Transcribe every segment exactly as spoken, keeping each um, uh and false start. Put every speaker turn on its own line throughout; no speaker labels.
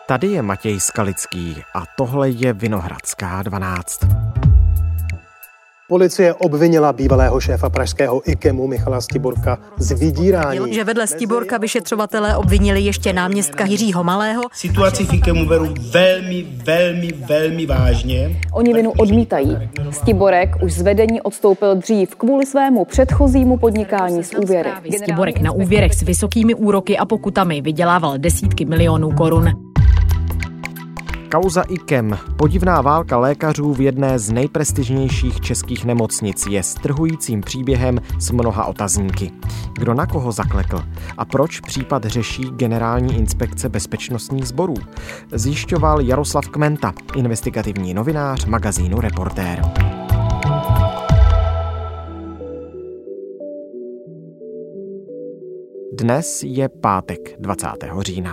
Tady je Matěj Skalický a tohle je Vinohradská dvanáct.
Policie obvinila bývalého šéfa pražského IKEMu Michala Stiborka z vydírání.
Že vedle Stiborka vyšetřovatelé obvinili ještě náměstka Jiřího Malého.
Situaci v IKEMu beru velmi, velmi, velmi vážně.
Oni vinu odmítají. Stiborek už z vedení odstoupil dřív kvůli svému předchozímu podnikání s úvěry.
Stiborek na úvěrech s vysokými úroky a pokutami vydělával desítky milionů korun.
Kauza IKEM, podivná válka lékařů v jedné z nejprestižnějších českých nemocnic, je strhujícím příběhem s mnoha otazníky. Kdo na koho zaklekl a proč případ řeší Generální inspekce bezpečnostních sborů? Zjišťoval Jaroslav Kmenta, investigativní novinář magazínu Reportér. Dnes je pátek dvacátého října.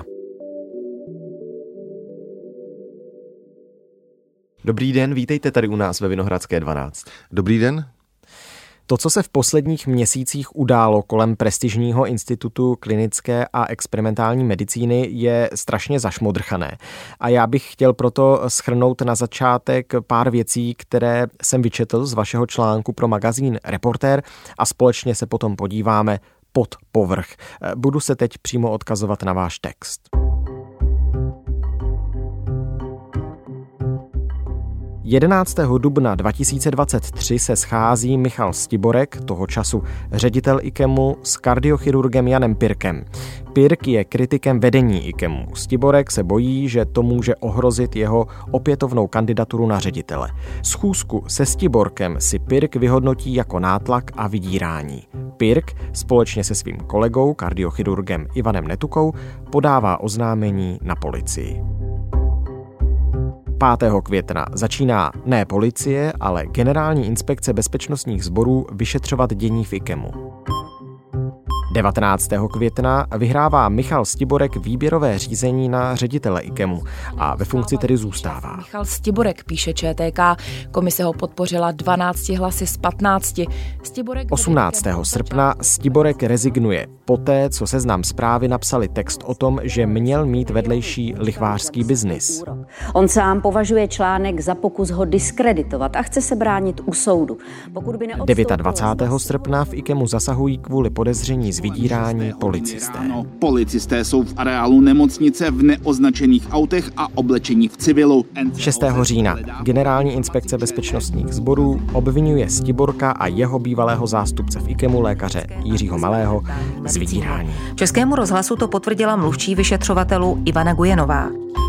Dobrý den, vítejte tady u nás ve Vinohradské dvanáct.
Dobrý den.
To, co se v posledních měsících událo kolem prestižního institutu klinické a experimentální medicíny, je strašně zašmodrchané. A já bych chtěl proto shrnout na začátek pár věcí, které jsem vyčetl z vašeho článku pro magazín Reportér a společně se potom podíváme pod povrch. Budu se teď přímo odkazovat na váš text. jedenáctého dubna dva tisíce dvacet tři se schází Michal Stiborek, toho času ředitel IKEMu, s kardiochirurgem Janem Pirkem. Pirk je kritikem vedení IKEMu. Stiborek se bojí, že to může ohrozit jeho opětovnou kandidaturu na ředitele. Schůzku se Stiborkem si Pirk vyhodnotí jako nátlak a vydírání. Pirk společně se svým kolegou, kardiochirurgem Ivanem Netukou, podává oznámení na policii. pátého května začíná ne policie, ale Generální inspekce bezpečnostních sborů vyšetřovat dění v IKEMu. devatenáctého května vyhrává Michal Stiborek výběrové řízení na ředitele IKEMu a ve funkci tedy zůstává.
Michal Stiborek, píše ČTK, komise ho podpořila dvanácti hlasy z patnácti. Stiborek
osmnáctého srpna Stiborek rezignuje poté, co Seznam Zprávy napsali text o tom, že měl mít vedlejší lichvářský biznis.
On sám považuje článek za pokus ho diskreditovat a chce se bránit u soudu. Pokud by
dvacátého devátého srpna v IKEMu zasahují kvůli podezření z vydírání policisté.
Policisté jsou v areálu nemocnice v neoznačených autech a oblečení v civilu.
šestého října Generální inspekce bezpečnostních sborů obvinuje Stiborka a jeho bývalého zástupce v IKEMu, lékaře Jiřího Malého, z vydírání.
Českému rozhlasu to potvrdila mluvčí vyšetřovatelů Ivana Gujenová.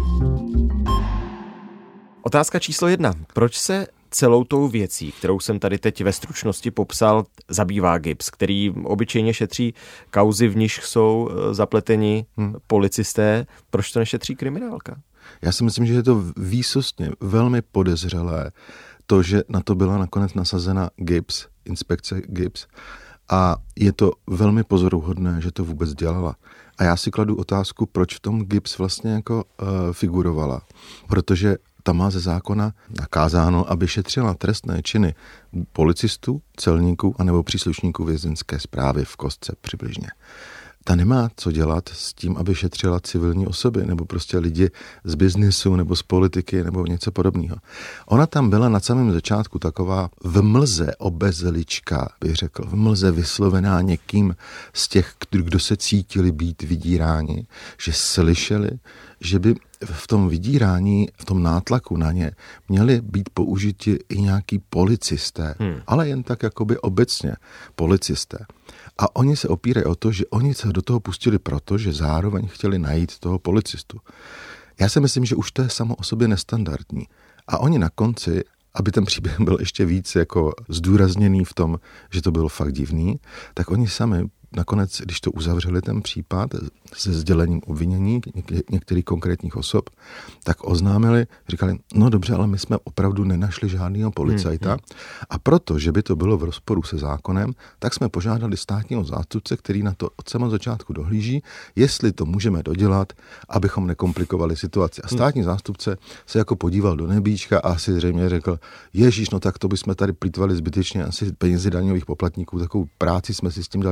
Otázka číslo jedna. Proč se celou tou věcí, kterou jsem tady teď ve stručnosti popsal, zabývá G I B S, který obyčejně šetří kauzy, v níž jsou zapleteni hmm. policisté? Proč to nešetří kriminálka?
Já si myslím, že je to výsostně velmi podezřelé to, že na to byla nakonec nasazena G I B S, inspekce G I B S. A je to velmi pozoruhodné, že to vůbec dělala. A já si kladu otázku, proč v tom G I B S vlastně jako uh, figurovala. Protože tam má ze zákona nakázáno, aby šetřila trestné činy policistů, celníků anebo příslušníků vězeňské správy v kostce přibližně. Ta nemá co dělat s tím, aby šetřila civilní osoby nebo prostě lidi z biznisu nebo z politiky nebo něco podobného. Ona tam byla na samém začátku taková v mlze obezlička, bych řekl, v mlze vyslovená někým z těch, kdo se cítili být vydíráni, že slyšeli, že by v tom vydírání, v tom nátlaku na ně měli být použiti i nějaký policisté, hmm. ale jen tak jakoby obecně policisté. A oni se opírají o to, že oni se do toho pustili proto, že zároveň chtěli najít toho policistu. Já si myslím, že už to je samo o sobě nestandardní. A oni na konci, aby ten příběh byl ještě víc jako zdůrazněný v tom, že to bylo fakt divný, tak oni sami nakonec, když to uzavřeli ten případ se sdělením obvinění některých konkrétních osob, tak oznámili, říkali, no dobře, ale my jsme opravdu nenašli žádného policajta hmm, hmm. a proto, že by to bylo v rozporu se zákonem, tak jsme požádali státního zástupce, který na to od samého začátku dohlíží, jestli to můžeme dodělat, abychom nekomplikovali situaci. A státní hmm. zástupce se jako podíval do nebíčka a asi zřejmě řekl, ježíš, no tak to bychom tady plýtvali zbytečně asi peníze daňových poplatníků, takovou práci jsme si s tím dali, tak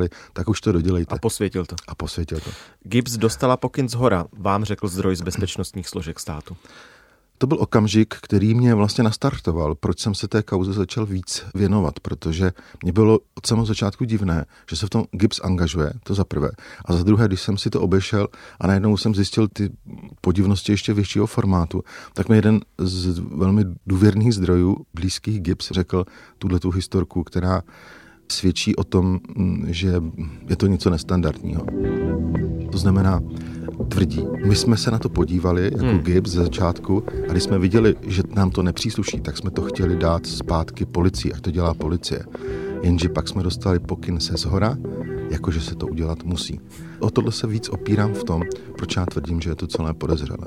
tak už to dodělejte.
A posvětil to.
A posvětil to.
Gibbs dostala pokyn zhora, vám řekl zdroj z bezpečnostních složek státu.
To byl okamžik, který mě vlastně nastartoval, proč jsem se té kauze začal víc věnovat, protože mě bylo od samého začátku divné, že se v tom Gibbs angažuje, to za prvé. A za druhé, když jsem si to obešel a najednou jsem zjistil ty podivnosti ještě většího formátu, tak mi jeden z velmi důvěrných zdrojů, blízkých Gibbs, řekl tuhletu historku, která svědčí o tom, že je to něco nestandardního. To znamená, tvrdí, my jsme se na to podívali jako hmm. Gibbs ze začátku a když jsme viděli, že nám to nepřísluší, tak jsme to chtěli dát zpátky policii, ať to dělá policie. Jenže pak jsme dostali pokyn se zhora, jakože se to udělat musí. O tohle se víc opírám v tom, proč já tvrdím, že je to celé podezřelé.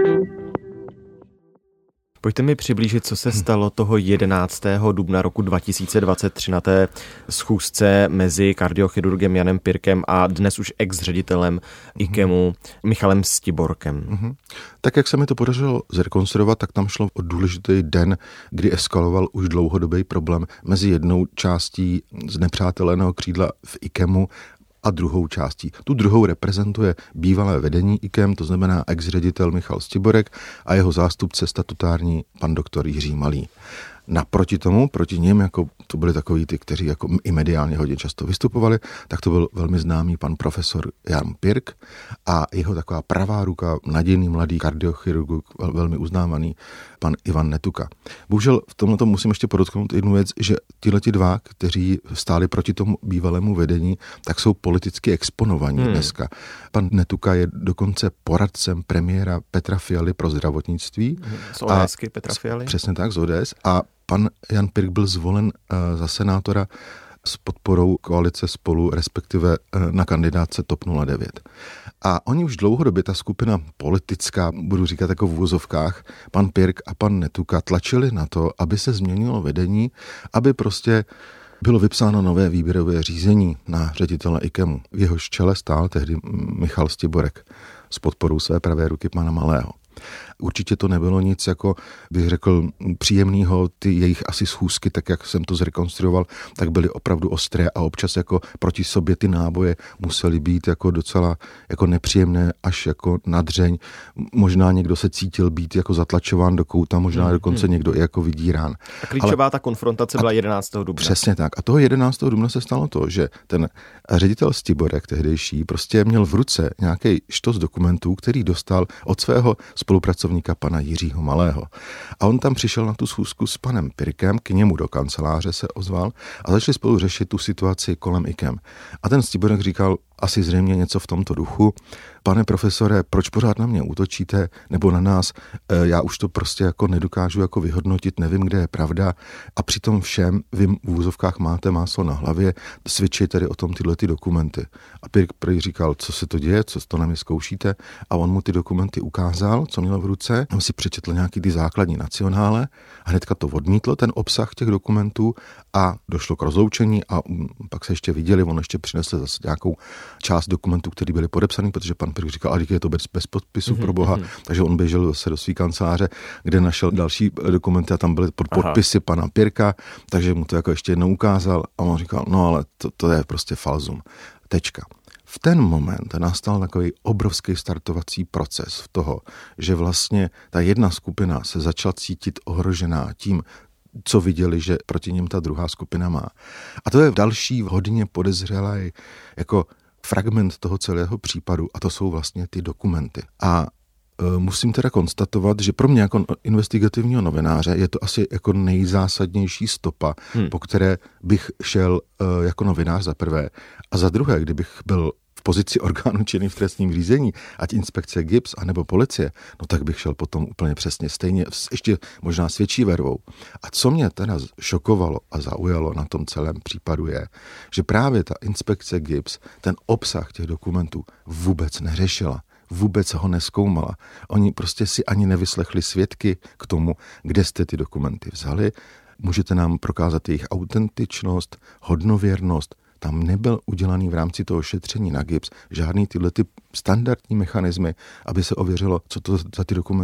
Pojďte mi přiblížit, co se stalo toho jedenáctého dubna roku dva tisíce dvacet tři na té schůzce mezi kardiochirurgem Janem Pirkem a dnes už ex-ředitelem IKEMu Michalem Stiborkem.
Mm-hmm. Tak jak se mi to podařilo zrekonstruovat, tak tam šlo o důležitý den, kdy eskaloval už dlouhodobý problém mezi jednou částí znepřáteleného křídla v IKEMu a druhou částí. Tu druhou reprezentuje bývalé vedení IKEM, to znamená ex-ředitel Michal Stiborek a jeho zástupce statutární pan doktor Jiří Malý. Naproti tomu, proti nim, jako to byli takoví ty, kteří jako i mediálně hodně často vystupovali, tak to byl velmi známý pan profesor Jan Pirk a jeho taková pravá ruka, nadějný mladý kardiochirurg, velmi uznávaný pan Ivan Netuka. Bohužel v tomhle musím ještě podotknout jednu věc, že tihleti dva, kteří stáli proti tomu bývalému vedení, tak jsou politicky exponovaní hmm. dneska. Pan Netuka je dokonce poradcem premiéra Petra Fialy pro zdravotnictví.
Z ODSky Petra Fialy.
Přesně tak, z O D S. A pan Jan Pirk byl zvolen uh, za senátora s podporou koalice Spolu, respektive uh, na kandidátce TOP nula devět. A oni už dlouhodobě, ta skupina politická, budu říkat jako v uvozovkách, pan Pirk a pan Netuka tlačili na to, aby se změnilo vedení, aby prostě bylo vypsáno nové výběrové řízení na ředitele IKEMu. V jehož čele stál tehdy Michal Stiborek s podporou své pravé ruky pana Malého. Určitě to nebylo nic, jako bych řekl, příjemného, ty jejich asi schůzky, tak jak jsem to zrekonstruoval, tak byly opravdu ostré a občas jako proti sobě ty náboje musely být jako docela jako nepříjemné, až jako nadřeň. Možná někdo se cítil být jako zatlačován do kouta, možná hmm, dokonce hmm. někdo i jako vydírán.
A klíčová Ale, ta konfrontace byla jedenáctého dubna.
Přesně tak. A toho jedenáctého dubna se stalo to, že ten ředitel Stiborek tehdejší prostě měl v ruce nějaký štos dokumentů, který dostal od svého spolupracovníka pana Jiřího Malého. A on tam přišel na tu schůzku s panem Pirkem, k němu do kanceláře se ozval a začali spolu řešit tu situaci kolem IKEM. A ten Stiborek říkal asi zřejmě něco v tomto duchu. Pane profesore, proč pořád na mě útočíte, nebo na nás? Já už to prostě jako nedokážu jako vyhodnotit, nevím, kde je pravda. A přitom všem vy v úzovkách máte máslo na hlavě, svědčí tedy o tom tyhle ty dokumenty. A Pirk prý říkal, co se to děje, co to na mě zkoušíte. A on mu ty dokumenty ukázal, co měl v ruce. On si přečetl nějaký ty základní nacionále a hnedka to odmítl, ten obsah těch dokumentů a došlo k rozloučení a pak se ještě viděli, on ještě přinesl zase nějakou část dokumentů, které byly podepsané, protože pan Pirk říkal, ale je to bez, bez podpisu mm-hmm. pro boha, takže on běžel zase do své kanceláře, kde našel další dokumenty a tam byly pod podpisy Aha. pana Pirka, takže mu to jako ještě jednou ukázal a on říkal, no ale to, to je prostě falzum. Tečka. V ten moment nastal takový obrovský startovací proces v toho, že vlastně ta jedna skupina se začala cítit ohrožená tím, co viděli, že proti něm ta druhá skupina má. A to je další hodně podezřelý jako fragment toho celého případu a to jsou vlastně ty dokumenty. A e, musím teda konstatovat, že pro mě jako investigativního novináře je to asi jako nejzásadnější stopa, hmm. po které bych šel e, jako novinář za prvé. A za druhé, kdybych byl v pozici orgánu činný v trestním řízení, ať inspekce Gibbs, anebo policie, no tak bych šel potom úplně přesně stejně, ještě možná s větší vervou. A co mě teda šokovalo a zaujalo na tom celém případu je, že právě ta inspekce Gibbs ten obsah těch dokumentů vůbec neřešila. Vůbec ho nezkoumala. Oni prostě si ani nevyslechli svědky k tomu, kde jste ty dokumenty vzali. Můžete nám prokázat jejich autentičnost, hodnověrnost. Tam nebyl udělaný v rámci toho šetření na Gibbs žádný tyhle ty standardní mechanismy, aby se ověřilo, co to za ty dokumenty je.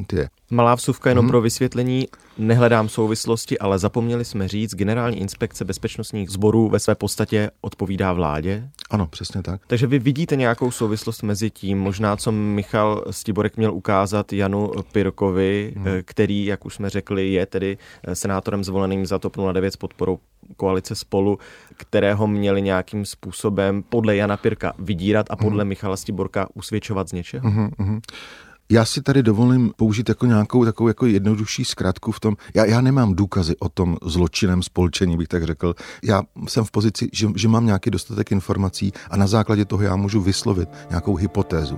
Malá vsuvka jenom
hmm.
pro vysvětlení, nehledám souvislosti, ale zapomněli jsme říct, Generální inspekce bezpečnostních sborů ve své podstatě odpovídá vládě.
Ano, přesně tak.
Takže vy vidíte nějakou souvislost mezi tím, možná co Michal Stiborek měl ukázat Janu Pirkovi, hmm. který, jak už jsme řekli, je tedy senátorem zvoleným za TOP nula devět s podporou koalice Spolu, kterého měli nějakým způsobem podle Jana Pirka vydírat a podle hmm. Michala Stiborka usvědčovat z něčeho?
Hmm, hmm. Já si tady dovolím použít jako nějakou takovou jako jednodušší zkratku v tom, já, já nemám důkazy o tom zločinem spolčení, bych tak řekl. Já jsem v pozici, že, že mám nějaký dostatek informací a na základě toho já můžu vyslovit nějakou hypotézu.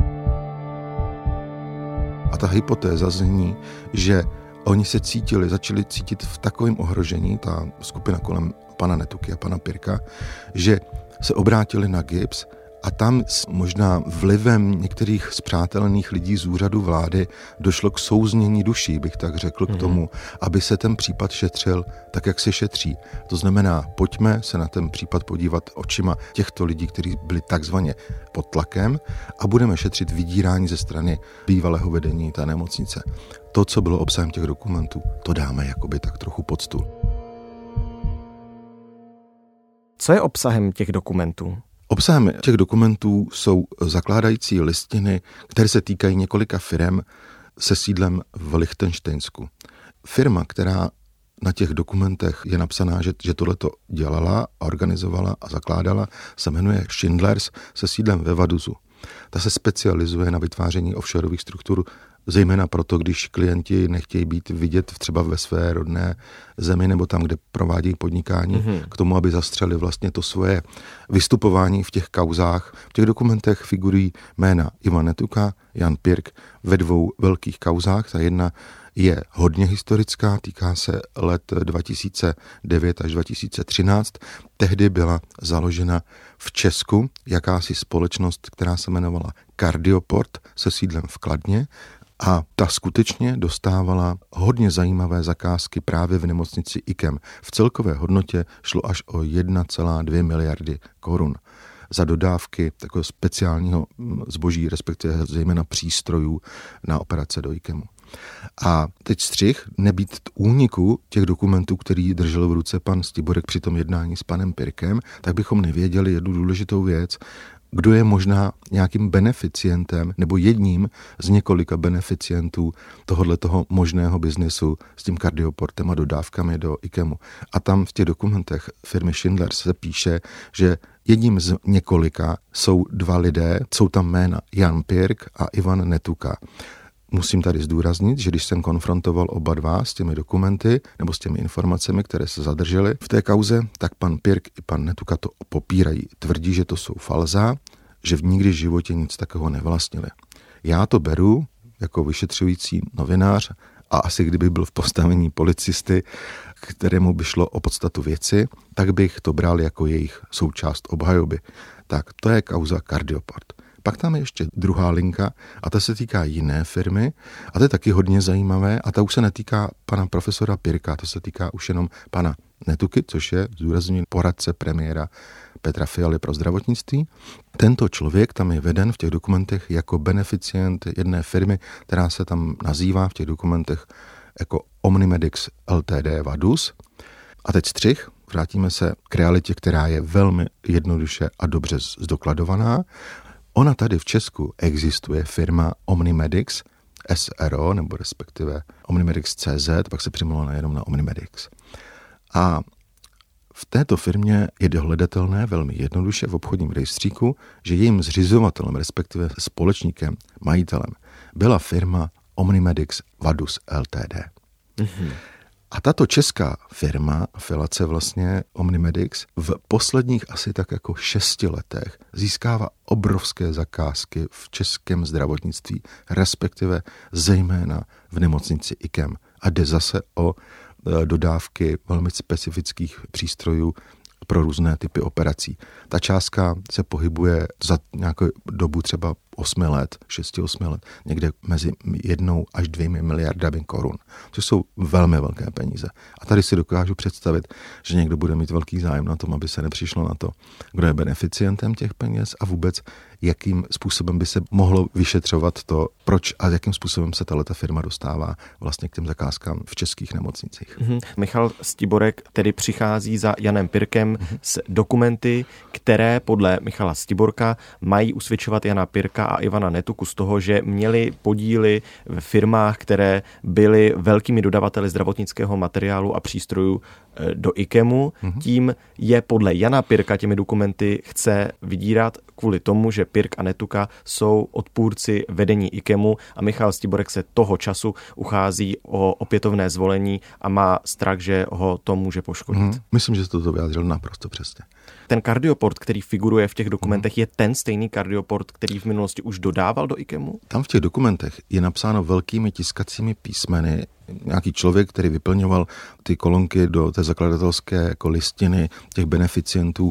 A ta hypotéza zní, že oni se cítili, začali cítit v takovém ohrožení, ta skupina kolem pana Netuky a pana Pirka, že se obrátili na G I B S a tam s možná vlivem některých spřátelených lidí z úřadu vlády došlo k souznění duší, bych tak řekl, mm-hmm. k tomu, aby se ten případ šetřil tak, jak se šetří. To znamená, pojďme se na ten případ podívat očima těchto lidí, kteří byli takzvaně pod tlakem a budeme šetřit vydírání ze strany bývalého vedení té nemocnice. To, co bylo obsahem těch dokumentů, to dáme jakoby tak trochu pod stůl.
Co je obsahem těch dokumentů?
Obsahem těch dokumentů jsou zakládající listiny, které se týkají několika firem se sídlem v Lichtenštejnsku. Firma, která na těch dokumentech je napsaná, že, že tohleto dělala, organizovala a zakládala, se jmenuje Schindlers se sídlem ve Vaduzu. Ta se specializuje na vytváření offshoreových struktur, zejména proto, když klienti nechtějí být vidět třeba ve své rodné zemi nebo tam, kde provádějí podnikání, mm-hmm. k tomu, aby zastřeli vlastně to svoje vystupování v těch kauzách. V těch dokumentech figurují jména Ivan Netuka, Jan Pirk ve dvou velkých kauzách. Ta jedna je hodně historická, týká se let dva tisíce devět až dva tisíce třináct. Tehdy byla založena v Česku jakási společnost, která se jmenovala Cardioport se sídlem v Kladně. A ta skutečně dostávala hodně zajímavé zakázky právě v nemocnici I K E M. V celkové hodnotě šlo až o jedna celá dvě miliardy korun za dodávky takového speciálního zboží, respektive zejména přístrojů na operace do I K E M u. A teď střih, nebýt úniku těch dokumentů, který držel v ruce pan Stiborek při tom jednání s panem Pirkem, tak bychom nevěděli jednu důležitou věc, kdo je možná nějakým beneficientem nebo jedním z několika beneficientů tohoto možného biznesu s tím Cardioportem a dodávkami do I K E M u. A tam v těch dokumentech firmy Schindler se píše, že jedním z několika jsou dva lidé, jsou tam jména Jan Pirk a Ivan Netuka. Musím tady zdůraznit, že když jsem konfrontoval oba dva s těmi dokumenty nebo s těmi informacemi, které se zadržely v té kauze, tak pan Pirk i pan Netuka to popírají. Tvrdí, že to jsou falza, že v nikdy v životě nic takového nevlastnili. Já to beru jako vyšetřující novinář a asi kdyby byl v postavení policisty, kterému by šlo o podstatu věci, tak bych to bral jako jejich součást obhajoby. Tak to je kauza Cardioport. Pak tam je ještě druhá linka a ta se týká jiné firmy a to je taky hodně zajímavé a ta už se netýká pana profesora Pirka, to se týká už jenom pana Netuky, což je zdůrazněný poradce premiéra Petra Fialy pro zdravotnictví. Tento člověk tam je veden v těch dokumentech jako beneficient jedné firmy, která se tam nazývá v těch dokumentech jako Omnimedics L T D Vaduz. A teď střih, vrátíme se k realitě, která je velmi jednoduše a dobře zdokladovaná. Ona tady v Česku existuje firma Omnimedics S R O, nebo respektive Omnimedics C Z, pak se přimluvila jenom na Omnimedics. A v této firmě je dohledatelné velmi jednoduše v obchodním rejstříku, že jejím zřizovatelem, respektive společníkem, majitelem, byla firma Omnimedics Vaduz L T D. Mm-hmm. A tato česká firma, afiliace vlastně Omnimedics, v posledních asi tak jako šesti letech získává obrovské zakázky v českém zdravotnictví, respektive zejména v nemocnici I K E M. A jde zase o dodávky velmi specifických přístrojů pro různé typy operací. Ta částka se pohybuje za nějakou dobu třeba osmi let, šesti, osmi let, někde mezi jednou až dvěmi miliardami korun, což jsou velmi velké peníze. A tady si dokážu představit, že někdo bude mít velký zájem na tom, aby se nepřišlo na to, kdo je beneficientem těch peněz a vůbec jakým způsobem by se mohlo vyšetřovat to, proč a jakým způsobem se tato firma dostává vlastně k těm zakázkám v českých nemocnicích.
Mm-hmm. Michal Stiborek tedy přichází za Janem Pirkem mm-hmm. s dokumenty, které podle Michala Stiborka mají usvědčovat Jana Pirka a Ivana Netuku z toho, že měli podíly v firmách, které byly velkými dodavateli zdravotnického materiálu a přístrojů do IKEMu. Mm-hmm. Tím je podle Jana Pirka těmi dokumenty chce vydírat kvůli tomu, že Pirk a Netuka jsou odpůrci vedení IKEMu a Michal Stiborek se toho času uchází o opětovné zvolení a má strach, že ho to může poškodit. Mm-hmm.
Myslím, že jste to vyjádřil naprosto přesně.
Ten kardioport, který figuruje v těch dokumentech, mm-hmm. je ten stejný kardioport, který v minulosti už dodával do IKEMu?
Tam v těch dokumentech je napsáno velkými tiskacími písmeny nějaký člověk, který vyplňoval ty kolonky do té zakladatelské jako listiny těch beneficientů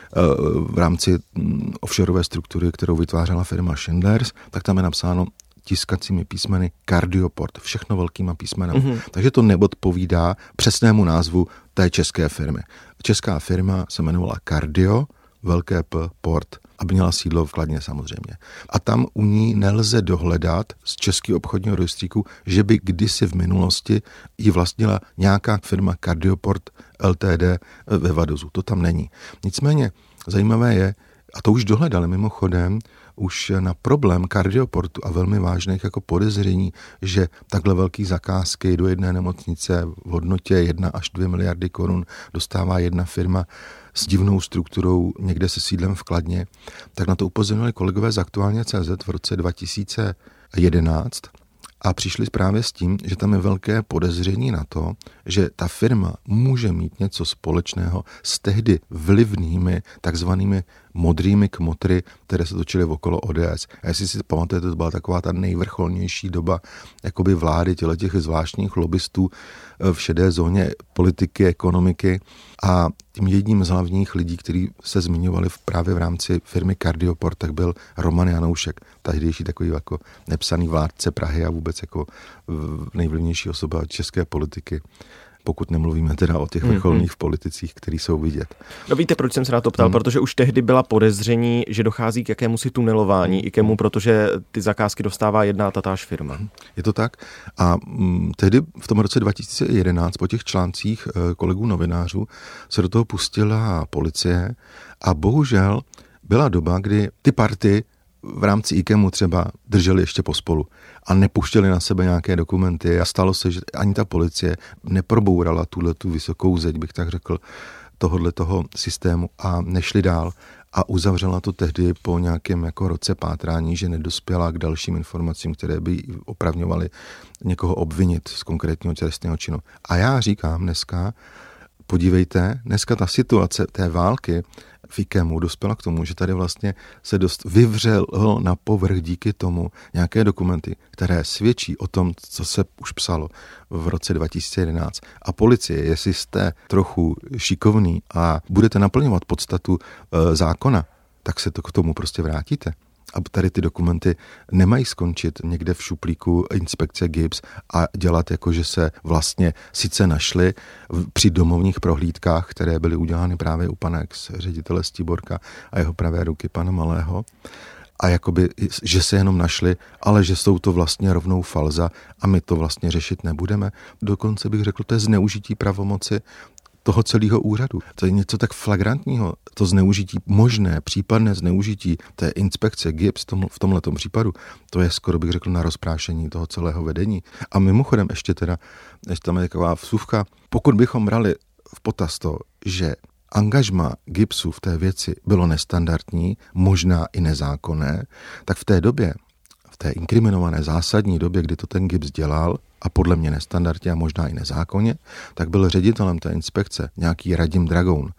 v rámci offshoreové struktury, kterou vytvářela firma Schindlers, tak tam je napsáno tiskacími písmeny kardioport, všechno velkýma písmenami. Mm-hmm. Takže to neodpovídá přesnému názvu té české firmy. Česká firma se jmenovala Kardio, velké P, port, a měla sídlo v Kladně samozřejmě. A tam u ní nelze dohledat z českého obchodního rejstříku, že by kdysi v minulosti ji vlastnila nějaká firma Kardioport L T D ve Vadozu. To tam není. Nicméně zajímavé je, a to už dohledali mimochodem, už na problém Kardioportu a velmi vážných jako podezření, že takhle velký zakázky do jedné nemocnice v hodnotě jedna až dvě miliardy korun dostává jedna firma s divnou strukturou někde se sídlem v Kladně, tak na to upozornili kolegové z Aktuálně tečka cé zet v roce dva tisíce jedenáct a přišli právě s tím, že tam je velké podezření na to, že ta firma může mít něco společného s tehdy vlivnými takzvanými modrými kmotry, které se točily okolo O D S. A jestli si pamatujete, to byla taková ta nejvrcholnější doba jakoby vlády těch zvláštních lobbystů v šedé zóně politiky, ekonomiky a tím jedním z hlavních lidí, kteří se zmiňovali právě v rámci firmy Kardioport, tak byl Roman Janoušek, tehdejší takový jako nepsaný vládce Prahy a vůbec jako nejvlivnější osoba české politiky. Pokud nemluvíme teda o těch vrcholných mm-hmm. politicích, který jsou vidět.
No víte, proč jsem se na to ptal? Mm. Protože už tehdy byla podezření, že dochází k jakémusi tunelování IKEMu, protože ty zakázky dostává jedna a tatáž firma.
Je to tak. A m, tehdy v tom roce dva tisíce jedenáct po těch článcích e, kolegů novinářů se do toho pustila policie a bohužel byla doba, kdy ty party v rámci IKEMu třeba drželi ještě pospolu a nepuštěli na sebe nějaké dokumenty a stalo se, že ani ta policie neprobourala tuhletu vysokou zeď, bych tak řekl, tohodle toho systému a nešli dál a uzavřela to tehdy po nějakém jako roce pátrání, že nedospěla k dalším informacím, které by opravňovaly někoho obvinit z konkrétního trestného činu. A já říkám dneska, podívejte, dneska ta situace té války v IKEMu dospěla k tomu, že tady vlastně se dost vyvřelo na povrch díky tomu nějaké dokumenty, které svědčí o tom, co se už psalo v roce dva tisíce jedenáct. A policie, jestli jste trochu šikovný a budete naplňovat podstatu e, zákona, tak se to k tomu prostě vrátíte. A tady ty dokumenty nemají skončit někde v šuplíku inspekce G I B S a dělat jako, že se vlastně sice našly při domovních prohlídkách, které byly udělány právě u pana ex-ředitele Stiborka a jeho pravé ruky pana Malého, a jakoby, že se jenom našli, ale že jsou to vlastně rovnou falza a my to vlastně řešit nebudeme. Dokonce bych řekl, to je zneužití pravomoci toho celého úřadu. To je něco tak flagrantního, to zneužití, možné, případné zneužití té inspekce G I B S tom, v tomhletom případu, to je skoro bych řekl na rozprášení toho celého vedení. A mimochodem ještě teda, ještě tam je taková vsuvka, pokud bychom brali v potaz to, že angažma G I B Su v té věci bylo nestandardní, možná i nezákonné, tak v té době, v té inkriminované zásadní době, kdy to ten G I B S dělal, a podle mě nestandardně a možná i nezákonně, tak byl ředitelem té inspekce nějaký Radim Dragoun.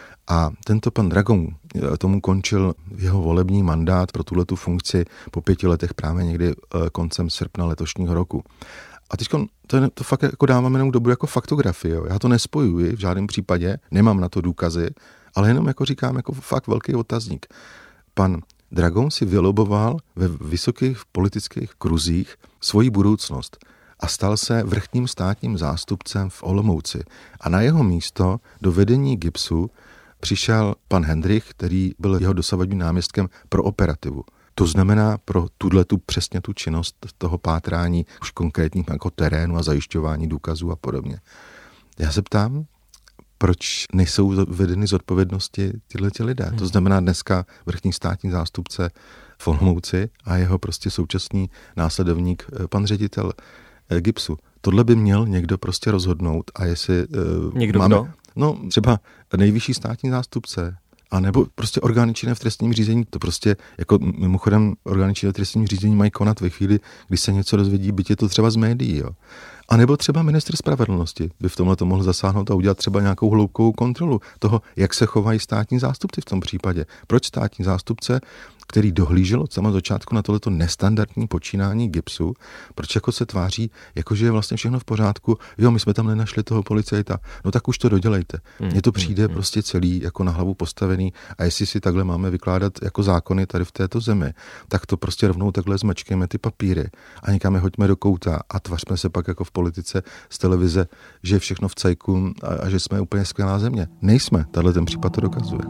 A tento pan Dragoun, tomu končil jeho volební mandát pro tuhletu funkci po pěti letech právě někdy koncem srpna letošního roku. A teď to, je, to fakt jako dávám jenom dobu jako faktografii. Jo. Já to nespojuji v žádném případě, nemám na to důkazy, ale jenom jako říkám jako fakt velký otazník. Pan Dragon si vyloboval ve vysokých politických kruzích svoji budoucnost a stal se vrchním státním zástupcem v Olomouci. A na jeho místo do vedení GIBSu přišel pan Hendrich, který byl jeho dosavadním náměstkem pro operativu. To znamená pro tuto přesně tu činnost toho pátrání už konkrétních jako terénu a zajišťování důkazů a podobně. Já se ptám, proč nejsou vedeny z odpovědnosti tyhleti lidé. Hmm. To znamená dneska vrchní státní zástupce v Olomouci a jeho prostě současný následovník pan ředitel GIBSu. Tohle by měl někdo prostě rozhodnout a jestli
někdo
máme,
kdo?
No třeba nejvyšší státní zástupce, a nebo prostě orgány činné v trestním řízení. To prostě, jako mimochodem, orgány činné v trestním řízení mají konat ve chvíli, kdy se něco dozvědí, byť je to třeba z médií. Jo. A nebo třeba ministr spravedlnosti by v tomhle to mohl zasáhnout a udělat třeba nějakou hloubkovou kontrolu toho, jak se chovají státní zástupci v tom případě. Proč státní zástupce, který dohlížel od samého začátku na tohleto nestandardní počínání GIBSu, proč jako se tváří, jakože je vlastně všechno v pořádku, jo, my jsme tam nenašli toho policajta, no tak už to dodělejte. Mně mm, to přijde mm, prostě celý jako na hlavu postavený a jestli si takhle máme vykládat jako zákony tady v této zemi, tak to prostě rovnou takhle zmačkejme ty papíry a někam je hoďme do kouta a tvařme se pak jako v politice z televize, že je všechno v cajku a, a že jsme úplně skvělá země. Nejsme, tahle ten případ to dokazuje.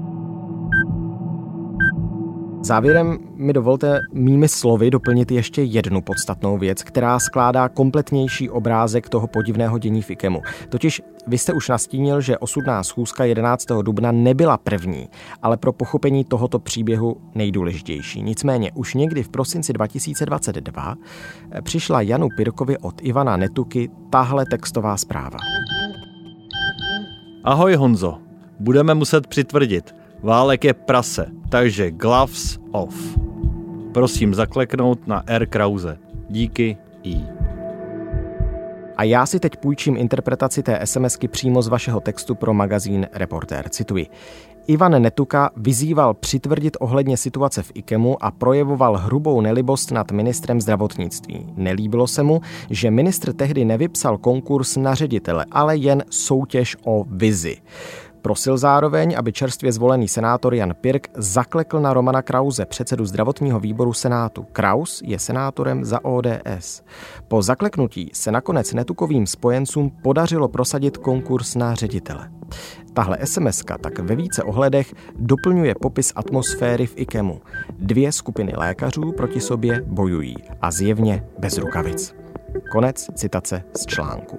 Závěrem mi dovolte mými slovy doplnit ještě jednu podstatnou věc, která skládá kompletnější obrázek toho podivného dění v IKEMu. Totiž vy jste už nastínil, že osudná schůzka jedenáctého dubna nebyla první, ale pro pochopení tohoto příběhu nejdůležitější. Nicméně už někdy v prosinci dva tisíce dvacet dva přišla Janu Pirkovi od Ivana Netuky tahle textová zpráva.
Ahoj Honzo, budeme muset přitvrdit. Válek je prase, takže gloves off. Prosím zakleknout na R. Krause. Díky I.
A já si teď půjčím interpretaci té SMSky přímo z vašeho textu pro magazín Reportér. Cituji. Ivan Netuka vyzýval přitvrdit ohledně situace v IKEMu a projevoval hrubou nelibost nad ministrem zdravotnictví. Nelíbilo se mu, že ministr tehdy nevypsal konkurs na ředitele, ale jen soutěž o vizi. Prosil zároveň, aby čerstvě zvolený senátor Jan Pirk zaklekl na Romana Krause, předsedu zdravotního výboru Senátu. Kraus je senátorem za O D S. Po zakleknutí se nakonec Netukovým spojencům podařilo prosadit konkurs na ředitele. Tahle SMSka tak ve více ohledech doplňuje popis atmosféry v IKEMu. Dvě skupiny lékařů proti sobě bojují a zjevně bez rukavic. Konec citace z článku.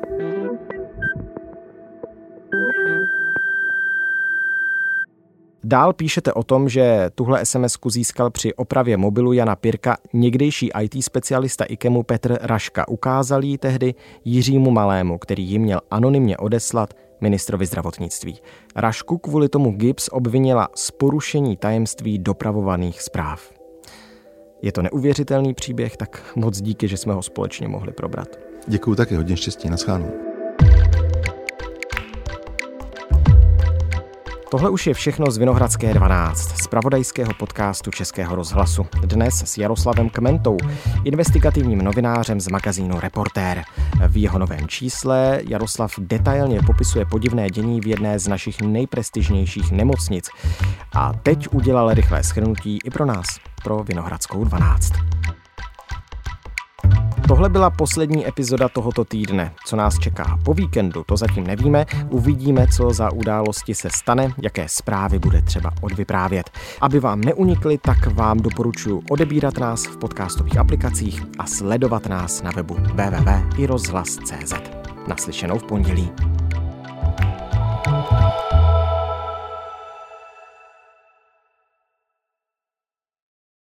Dál píšete o tom, že tuhle SMSku získal při opravě mobilu Jana Pirka někdejší í té specialista IKEMu Petr Raška. Ukázal ji tehdy Jiřímu Malému, který ji měl anonymně odeslat ministrovi zdravotnictví. Rašku kvůli tomu GIBS obvinila z porušení tajemství dopravovaných zpráv. Je to neuvěřitelný příběh, tak moc díky, že jsme ho společně mohli probrat.
Děkuju taky, hodně štěstí, naschledanou.
Tohle už je všechno z Vinohradské dvanáct, z zpravodajského podcastu Českého rozhlasu. Dnes s Jaroslavem Kmentou, investigativním novinářem z magazínu Reportér. V jeho novém čísle Jaroslav detailně popisuje podivné dění v jedné z našich nejprestižnějších nemocnic. A teď udělal rychlé shrnutí i pro nás, pro Vinohradskou dvanáct. Tohle byla poslední epizoda tohoto týdne. Co nás čeká po víkendu, to zatím nevíme. Uvidíme, co za události se stane, jaké zprávy bude třeba odvyprávět. Aby vám neunikly, tak vám doporučuji odebírat nás v podcastových aplikacích a sledovat nás na webu w w w tečka i rozhlas tečka c z. Naslyšenou v pondělí.